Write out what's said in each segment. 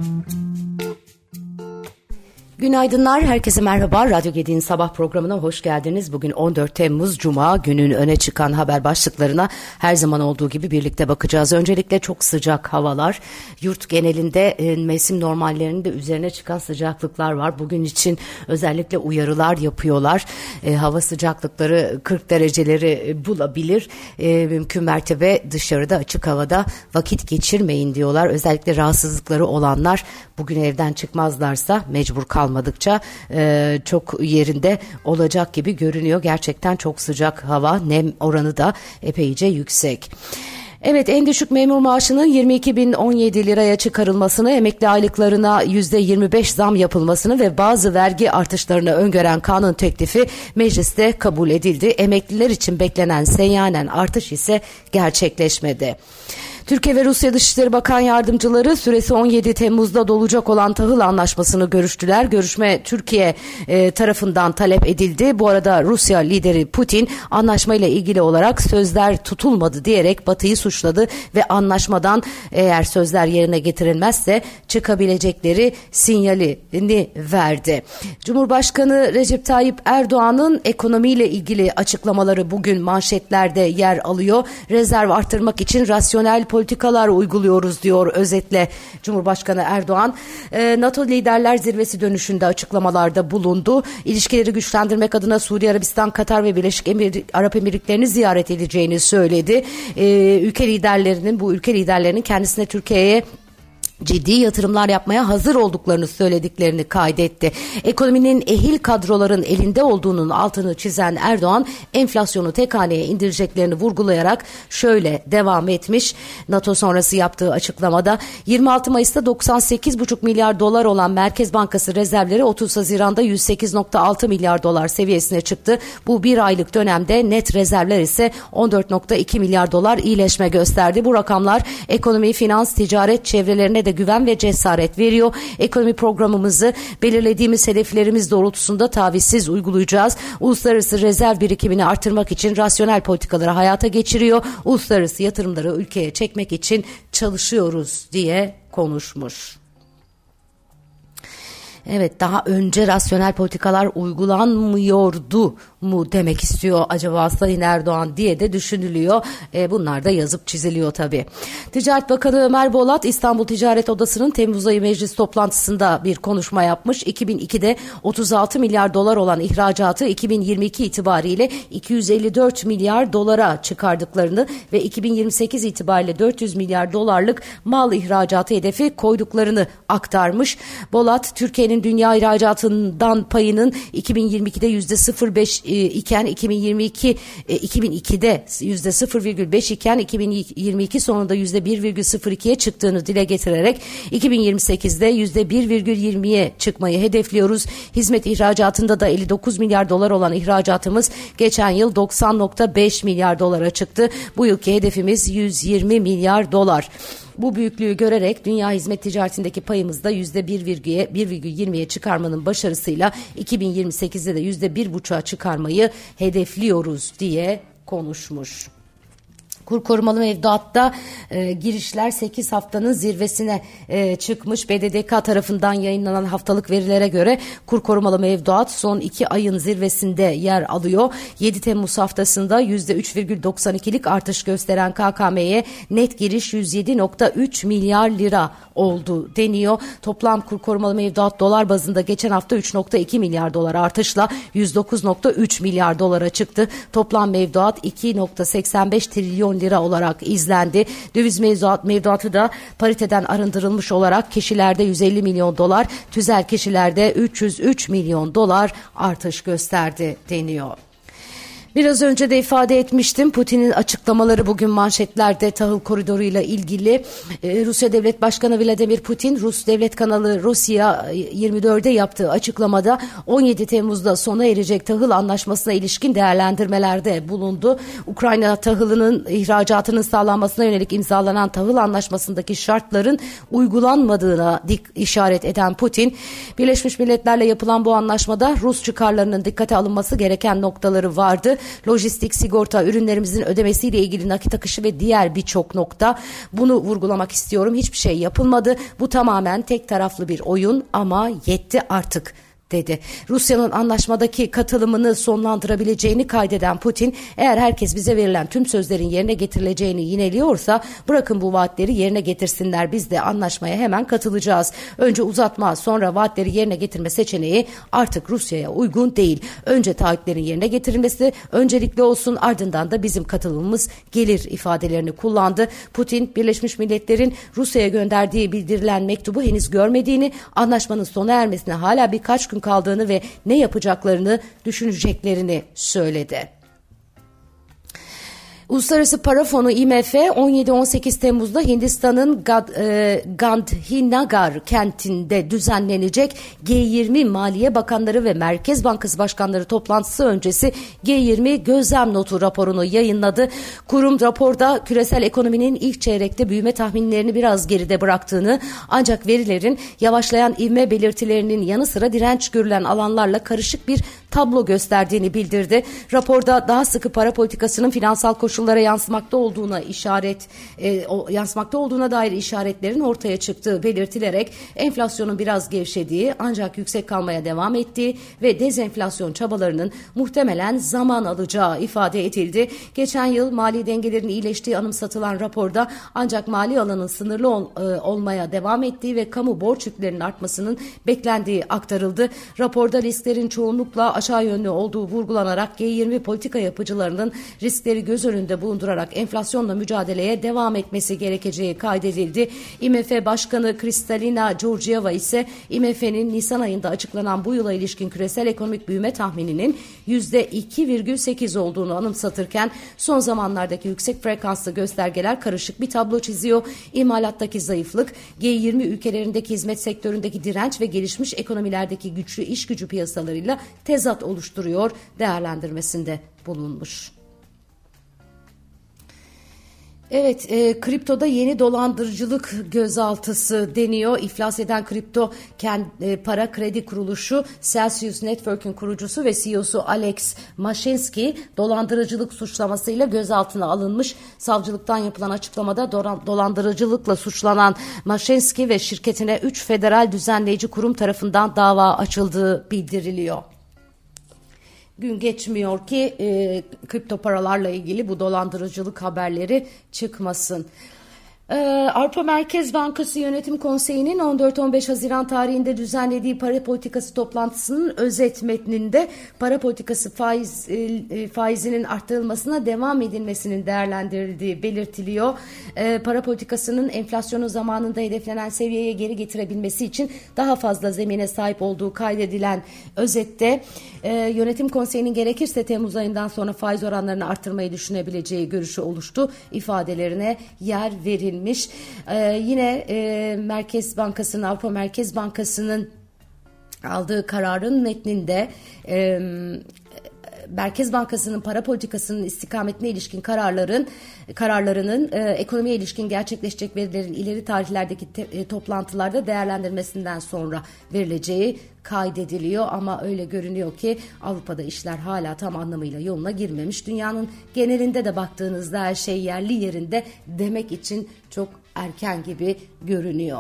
Günaydınlar, herkese merhaba. Radyo Gedi'nin sabah programına hoş geldiniz. Bugün 14 Temmuz Cuma, günün öne çıkan haber başlıklarına her zaman olduğu gibi birlikte bakacağız. Öncelikle çok sıcak havalar. Yurt genelinde mevsim normallerinin de üzerine çıkan sıcaklıklar var. Bugün için özellikle uyarılar yapıyorlar. Hava sıcaklıkları 40 dereceleri bulabilir. Mümkün mertebe dışarıda açık havada vakit geçirmeyin diyorlar. Özellikle rahatsızlıkları olanlar bugün evden çıkmazlarsa mecbur kalmadıkça çok yerinde olacak gibi görünüyor. Gerçekten çok sıcak hava, nem oranı da epeyce yüksek. Evet, en düşük memur maaşının 22.017 liraya çıkarılmasını, emekli aylıklarına %25 zam yapılmasını ve bazı vergi artışlarını öngören kanun teklifi mecliste kabul edildi. Emekliler için beklenen seyyanen artış ise gerçekleşmedi. Türkiye ve Rusya Dışişleri Bakan Yardımcıları süresi 17 Temmuz'da dolacak olan tahıl anlaşmasını görüştüler. Görüşme Türkiye tarafından talep edildi. Bu arada Rusya lideri Putin anlaşmayla ilgili olarak sözler tutulmadı diyerek Batı'yı suçladı ve anlaşmadan eğer sözler yerine getirilmezse çıkabilecekleri sinyalini verdi. Cumhurbaşkanı Recep Tayyip Erdoğan'ın ekonomiyle ilgili açıklamaları bugün manşetlerde yer alıyor. Rezerv artırmak için rasyonel politikalar uyguluyoruz diyor özetle Cumhurbaşkanı Erdoğan. NATO Liderler Zirvesi dönüşünde açıklamalarda bulundu. İlişkileri güçlendirmek adına Suudi Arabistan, Katar ve Birleşik Arap Emirlikleri'ni ziyaret edeceğini söyledi. Bu ülke liderlerinin kendisine Türkiye'ye ciddi yatırımlar yapmaya hazır olduklarını söylediklerini kaydetti. Ekonominin ehil kadroların elinde olduğunun altını çizen Erdoğan, enflasyonu tek haneye indireceklerini vurgulayarak şöyle devam etmiş. NATO sonrası yaptığı açıklamada 26 Mayıs'ta 98,5 milyar dolar olan Merkez Bankası rezervleri 30 Haziran'da 108,6 milyar dolar seviyesine çıktı. Bu bir aylık dönemde net rezervler ise 14,2 milyar dolar iyileşme gösterdi. Bu rakamlar ekonomi, finans, ticaret çevrelerine de güven ve cesaret veriyor. Ekonomi programımızı belirlediğimiz hedeflerimiz doğrultusunda tavizsiz uygulayacağız. Uluslararası rezerv birikimini artırmak için rasyonel politikaları hayata geçiriyor. Uluslararası yatırımları ülkeye çekmek için çalışıyoruz diye konuşmuş. Evet, daha önce rasyonel politikalar uygulanmıyordu mu demek istiyor acaba Sayın Erdoğan diye de düşünülüyor. Bunlar da yazıp çiziliyor tabii. Ticaret Bakanı Ömer Bolat İstanbul Ticaret Odası'nın Temmuz ayı meclis toplantısında bir konuşma yapmış. 2002'de 36 milyar dolar olan ihracatı 2022 itibariyle 254 milyar dolara çıkardıklarını ve 2028 itibariyle 400 milyar dolarlık mal ihracatı hedefi koyduklarını aktarmış. Bolat, Türkiye'nin dünya ihracatından payının 2022'de %0,5 iken 2002'de %0,5 iken 2022 sonunda %1,02'ye çıktığını dile getirerek 2028'de %1,20'ye çıkmayı hedefliyoruz. Hizmet ihracatında da 59 milyar dolar olan ihracatımız geçen yıl 90,5 milyar dolara çıktı. Bu yılki hedefimiz 120 milyar dolar. Bu büyüklüğü görerek dünya hizmet ticaretindeki payımızda %1,20'ye çıkarmanın başarısıyla 2028'de de %1,5'a çıkarmayı hedefliyoruz diye konuşmuş. Kur korumalı mevduatta girişler 8 haftanın zirvesine çıkmış. BDDK tarafından yayınlanan haftalık verilere göre kur korumalı mevduat son 2 ayın zirvesinde yer alıyor. 7 Temmuz haftasında %3,92'lik artış gösteren KKM'ye net giriş 107,3 milyar lira oldu deniyor. Toplam kur korumalı mevduat dolar bazında geçen hafta 3,2 milyar dolar artışla 109,3 milyar dolara çıktı. Toplam mevduat 2,85 trilyon lira olarak izlendi. Döviz mevduatı da pariteden arındırılmış olarak kişilerde 150 milyon dolar, tüzel kişilerde 303 milyon dolar artış gösterdi deniyor. Biraz önce de ifade etmiştim. Putin'in açıklamaları bugün manşetlerde tahıl koridoruyla ilgili. Rusya Devlet Başkanı Vladimir Putin, Rus devlet kanalı Rusya 24'de yaptığı açıklamada 17 Temmuz'da sona erecek tahıl anlaşmasına ilişkin değerlendirmelerde bulundu. Ukrayna tahılının ihracatının sağlanmasına yönelik imzalanan tahıl anlaşmasındaki şartların uygulanmadığına işaret eden Putin, Birleşmiş Milletler'le yapılan bu anlaşmada Rus çıkarlarının dikkate alınması gereken noktaları vardı. lojistik, sigorta, ürünlerimizin ödemesiyle ilgili nakit akışı ve diğer birçok nokta. Bunu vurgulamak istiyorum. Hiçbir şey yapılmadı. Bu tamamen tek taraflı bir oyun ama yetti artık dedi. Rusya'nın anlaşmadaki katılımını sonlandırabileceğini kaydeden Putin, eğer herkes bize verilen tüm sözlerin yerine getirileceğini yineliyorsa bırakın bu vaatleri yerine getirsinler, biz de anlaşmaya hemen katılacağız. Önce uzatma sonra vaatleri yerine getirme seçeneği artık Rusya'ya uygun değil. Önce taahhütlerin yerine getirilmesi öncelikli olsun, ardından da bizim katılımımız gelir ifadelerini kullandı. Putin, Birleşmiş Milletler'in Rusya'ya gönderdiği bildirilen mektubu henüz görmediğini, anlaşmanın sona ermesine hala birkaç gün kaldığını ve ne yapacaklarını düşüneceklerini söyledi. Uluslararası Para Fonu IMF 17-18 Temmuz'da Hindistan'ın Gandhinagar kentinde düzenlenecek G20 Maliye Bakanları ve Merkez Bankası Başkanları toplantısı öncesi G20 gözlem notu raporunu yayınladı. Kurum raporda küresel ekonominin ilk çeyrekte büyüme tahminlerini biraz geride bıraktığını, ancak verilerin yavaşlayan ivme belirtilerinin yanı sıra direnç görülen alanlarla karışık bir tablo gösterdiğini bildirdi. Raporda daha sıkı para politikasının finansal koşullara yansımakta olduğuna dair işaretlerin ortaya çıktığı belirtilerek enflasyonun biraz gevşediği ancak yüksek kalmaya devam ettiği ve dezenflasyon çabalarının muhtemelen zaman alacağı ifade edildi. Geçen yıl mali dengelerin iyileştiği anımsatılan raporda ancak mali alanın sınırlı olmaya devam ettiği ve kamu borç yüklerinin artmasının beklendiği aktarıldı. Raporda risklerin çoğunlukla aşağı yönlü olduğu vurgulanarak G20 politika yapıcılarının riskleri göz önünde bulundurarak enflasyonla mücadeleye devam etmesi gerekeceği kaydedildi. IMF Başkanı Kristalina Georgieva ise IMF'nin Nisan ayında açıklanan bu yıla ilişkin küresel ekonomik büyüme tahmininin %2,8 olduğunu anımsatırken son zamanlardaki yüksek frekanslı göstergeler karışık bir tablo çiziyor. İmalattaki zayıflık, G20 ülkelerindeki hizmet sektöründeki direnç ve gelişmiş ekonomilerdeki güçlü iş gücü piyasalarıyla tezat oluşturuyor değerlendirmesinde bulunmuş. Evet, kriptoda yeni dolandırıcılık gözaltısı deniyor. İflas eden kripto para kredi kuruluşu Celsius Network'ün kurucusu ve CEO'su Alex Mashinsky dolandırıcılık suçlamasıyla gözaltına alınmış. Savcılıktan yapılan açıklamada dolandırıcılıkla suçlanan Mashinsky ve şirketine 3 federal düzenleyici kurum tarafından dava açıldığı bildiriliyor. Gün geçmiyor ki kripto paralarla ilgili bu dolandırıcılık haberleri çıkmasın. Avrupa Merkez Bankası Yönetim Konseyi'nin 14-15 Haziran tarihinde düzenlediği para politikası toplantısının özet metninde para politikası faizinin arttırılmasına devam edilmesinin değerlendirildiği belirtiliyor. Para politikasının enflasyonu zamanında hedeflenen seviyeye geri getirebilmesi için daha fazla zemine sahip olduğu kaydedilen özette Yönetim Konseyi'nin gerekirse Temmuz ayından sonra faiz oranlarını arttırmayı düşünebileceği görüşü oluştu ifadelerine yer verilmiş. Yine Avrupa Merkez Bankası'nın aldığı kararın metninde Merkez Bankası'nın para politikasının istikametine ilişkin kararlarının ekonomiye ilişkin gerçekleşecek verilerin ileri tarihlerdeki toplantılarda değerlendirmesinden sonra verileceği kaydediliyor. Ama öyle görünüyor ki Avrupa'da işler hala tam anlamıyla yoluna girmemiş. Dünyanın genelinde de baktığınızda her şey yerli yerinde demek için çok erken gibi görünüyor.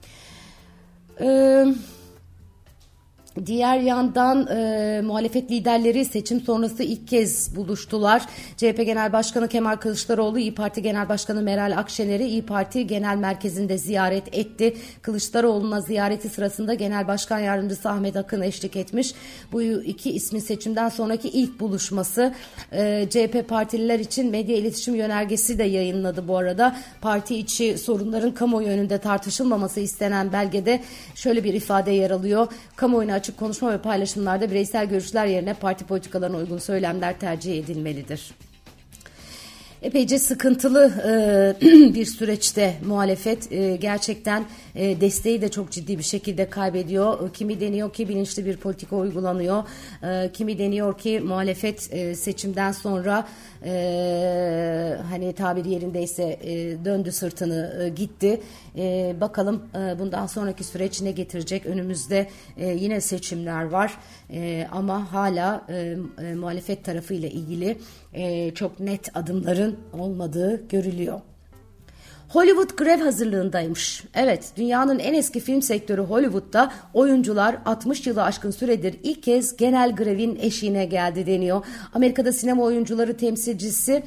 Diğer yandan muhalefet liderleri seçim sonrası ilk kez buluştular. CHP Genel Başkanı Kemal Kılıçdaroğlu, İYİ Parti Genel Başkanı Meral Akşener'i İYİ Parti Genel Merkezi'nde ziyaret etti. Kılıçdaroğlu'na ziyareti sırasında Genel Başkan Yardımcısı Ahmet Akın eşlik etmiş. Bu iki ismin seçimden sonraki ilk buluşması. CHP partililer için medya iletişim yönergesi de yayınladı bu arada. Parti içi sorunların kamuoyu önünde tartışılmaması istenen belgede şöyle bir ifade yer alıyor. Kamuoyuna açık konuşma ve paylaşımlarda bireysel görüşler yerine parti politikalarına uygun söylemler tercih edilmelidir. Epeyce sıkıntılı bir süreçte muhalefet gerçekten desteği de çok ciddi bir şekilde kaybediyor. Kimi deniyor ki bilinçli bir politika uygulanıyor. Kimi deniyor ki muhalefet seçimden sonra hani tabiri yerindeyse döndü sırtını gitti. Bakalım bundan sonraki süreç ne getirecek? Önümüzde yine seçimler var ama hala muhalefet tarafı ile ilgili çok net adımların olmadığı görülüyor. Hollywood grev hazırlığındaymış. Evet, dünyanın en eski film sektörü Hollywood'da oyuncular 60 yılı aşkın süredir ilk kez genel grevin eşiğine geldi deniyor. Amerika'da sinema oyuncuları temsilcisi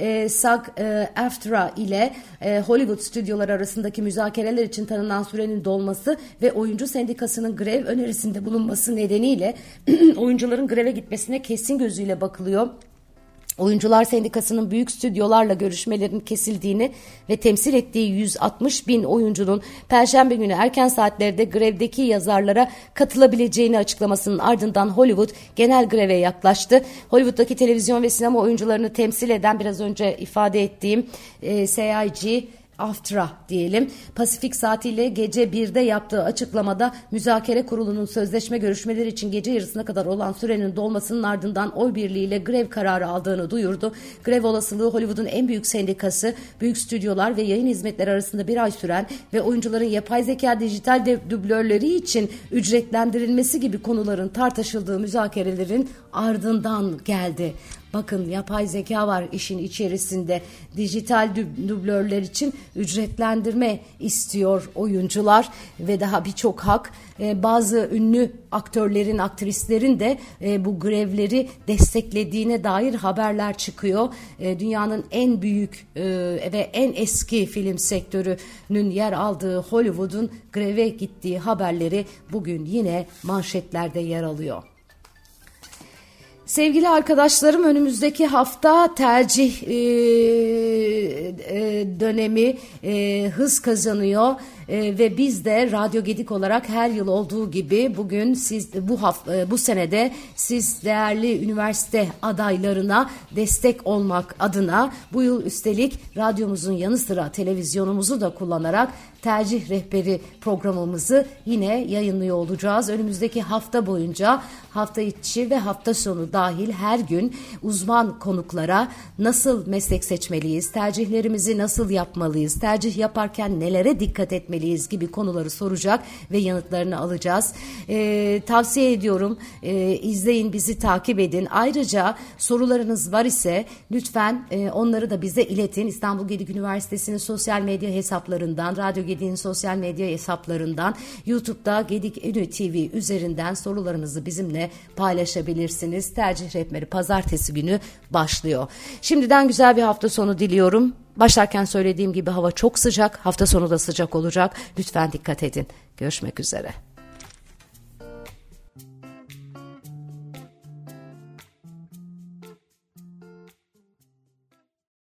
SAG-AFTRA ile Hollywood stüdyoları arasındaki müzakereler için tanınan sürenin dolması ve oyuncu sendikasının grev önerisinde bulunması nedeniyle oyuncuların greve gitmesine kesin gözüyle bakılıyor. Oyuncular Sendikası'nın büyük stüdyolarla görüşmelerin kesildiğini ve temsil ettiği 160 bin oyuncunun Perşembe günü erken saatlerde grevdeki yazarlara katılabileceğini açıklamasının ardından Hollywood genel greve yaklaştı. Hollywood'daki televizyon ve sinema oyuncularını temsil eden biraz önce ifade ettiğim SAG AFTRA diyelim, Pasifik saatiyle gece 1'de yaptığı açıklamada müzakere kurulunun sözleşme görüşmeleri için gece yarısına kadar olan sürenin dolmasının ardından oy birliğiyle grev kararı aldığını duyurdu. Grev olasılığı Hollywood'un en büyük sendikası, büyük stüdyolar ve yayın hizmetleri arasında bir ay süren ve oyuncuların yapay zeka dijital dublörleri için ücretlendirilmesi gibi konuların tartışıldığı müzakerelerin ardından geldi. Bakın, yapay zeka var işin içerisinde. Dijital dublörler için ücretlendirme istiyor oyuncular ve daha birçok hak. Bazı ünlü aktörlerin, aktrislerin de bu grevleri desteklediğine dair haberler çıkıyor. Dünyanın en büyük ve en eski film sektörünün yer aldığı Hollywood'un greve gittiği haberleri bugün yine manşetlerde yer alıyor. Sevgili arkadaşlarım, önümüzdeki hafta tercih dönemi hız kazanıyor ve biz de Radyo Gedik olarak her yıl olduğu gibi bugün bu senede siz değerli üniversite adaylarına destek olmak adına bu yıl üstelik radyomuzun yanı sıra televizyonumuzu da kullanarak tercih rehberi programımızı yine yayınlıyor olacağız. Önümüzdeki hafta boyunca hafta içi ve hafta sonu dahil her gün uzman konuklara nasıl meslek seçmeliyiz, tercihlerimizi nasıl yapmalıyız, tercih yaparken nelere dikkat etmeliyiz gibi konuları soracak ve yanıtlarını alacağız. Tavsiye ediyorum, izleyin, bizi takip edin. Ayrıca sorularınız var ise lütfen onları da bize iletin. İstanbul Gedik Üniversitesi'nin sosyal medya hesaplarından, Radyo Gedik'in sosyal medya hesaplarından, YouTube'da Gedik Ünü TV üzerinden sorularınızı bizimle paylaşabilirsiniz. Tercih rehberi pazartesi günü başlıyor. Şimdiden güzel bir hafta sonu diliyorum. Başlarken söylediğim gibi hava çok sıcak, hafta sonu da sıcak olacak. Lütfen dikkat edin. Görüşmek üzere.